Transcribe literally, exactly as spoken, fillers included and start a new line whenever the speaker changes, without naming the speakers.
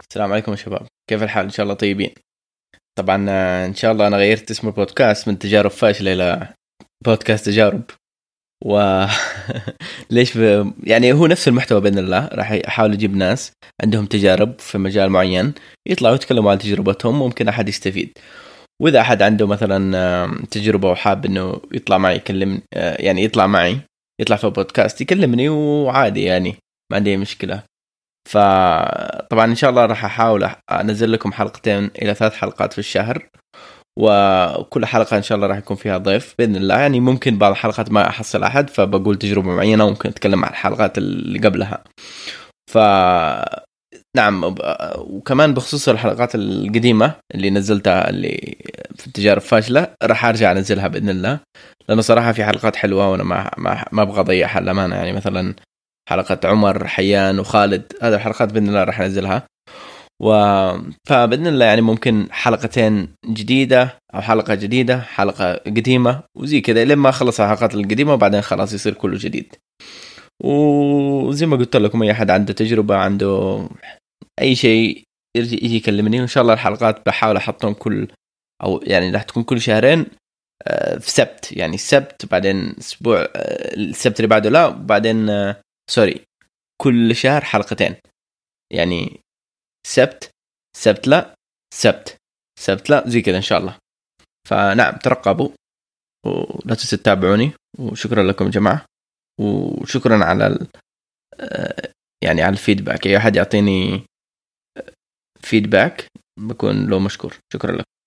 السلام عليكم يا شباب، كيف الحال؟ إن شاء الله طيبين. طبعا آه، إن شاء الله أنا غيرت اسم البودكاست من تجارب فاشلة إلى بودكاست تجارب. و ليش ب... يعني هو نفس المحتوى بإذن الله. راح أحاول أجيب ناس عندهم تجارب في مجال معين يطلعوا يتكلموا عن تجربتهم، ممكن أحد يستفيد. وإذا أحد عنده مثلا آه، تجربة وحاب إنه يطلع معي يكلم، آه، يعني يطلع معي يطلع في بودكاست يكلمني وعادي، يعني ما عندي أي مشكلة. فطبعا ان شاء الله راح احاول انزل لكم حلقتين الى ثلاث حلقات في الشهر، وكل حلقه ان شاء الله راح يكون فيها ضيف باذن الله. يعني ممكن بعض الحلقات ما احصل احد فبقول تجربه معينه، وممكن اتكلم عن الحلقات اللي قبلها. ف نعم. وكمان بخصوص الحلقات القديمه اللي نزلتها اللي في التجارب فاشله، راح ارجع انزلها باذن الله، لانه صراحه في حلقات حلوه وانا ما ما, ما ابغى اضيعها الامانه. يعني مثلا حلقة عمر حيان وخالد، هذه الحلقات بإذن الله راح ننزلها. و... فبإذن الله يعني ممكن حلقتين جديدة أو حلقة جديدة، حلقة قديمة، وزي كذا لما أخلص الحلقات القديمة وبعدين خلاص يصير كله جديد. وزي ما قلت لكم، أي أحد عنده تجربة، عنده أي شيء، يرجع يجي يكلمني، وإن شاء الله الحلقات بحاول أحطهم كل أو يعني راح تكون كل شهرين في سبت. يعني السبت بعدين أسبوع السبت اللي بعده لا، وبعدين سوري كل شهر حلقتين. يعني سبت سبت لا سبت سبت لا زي كذا إن شاء الله. فنعم، ترقبوا ولا تنسوا تتابعوني. وشكرا لكم يا جماعة، وشكرا على ال... يعني على الفيدباك. أي أحد يعطيني فيدباك بكون له مشكور. شكرا لكم.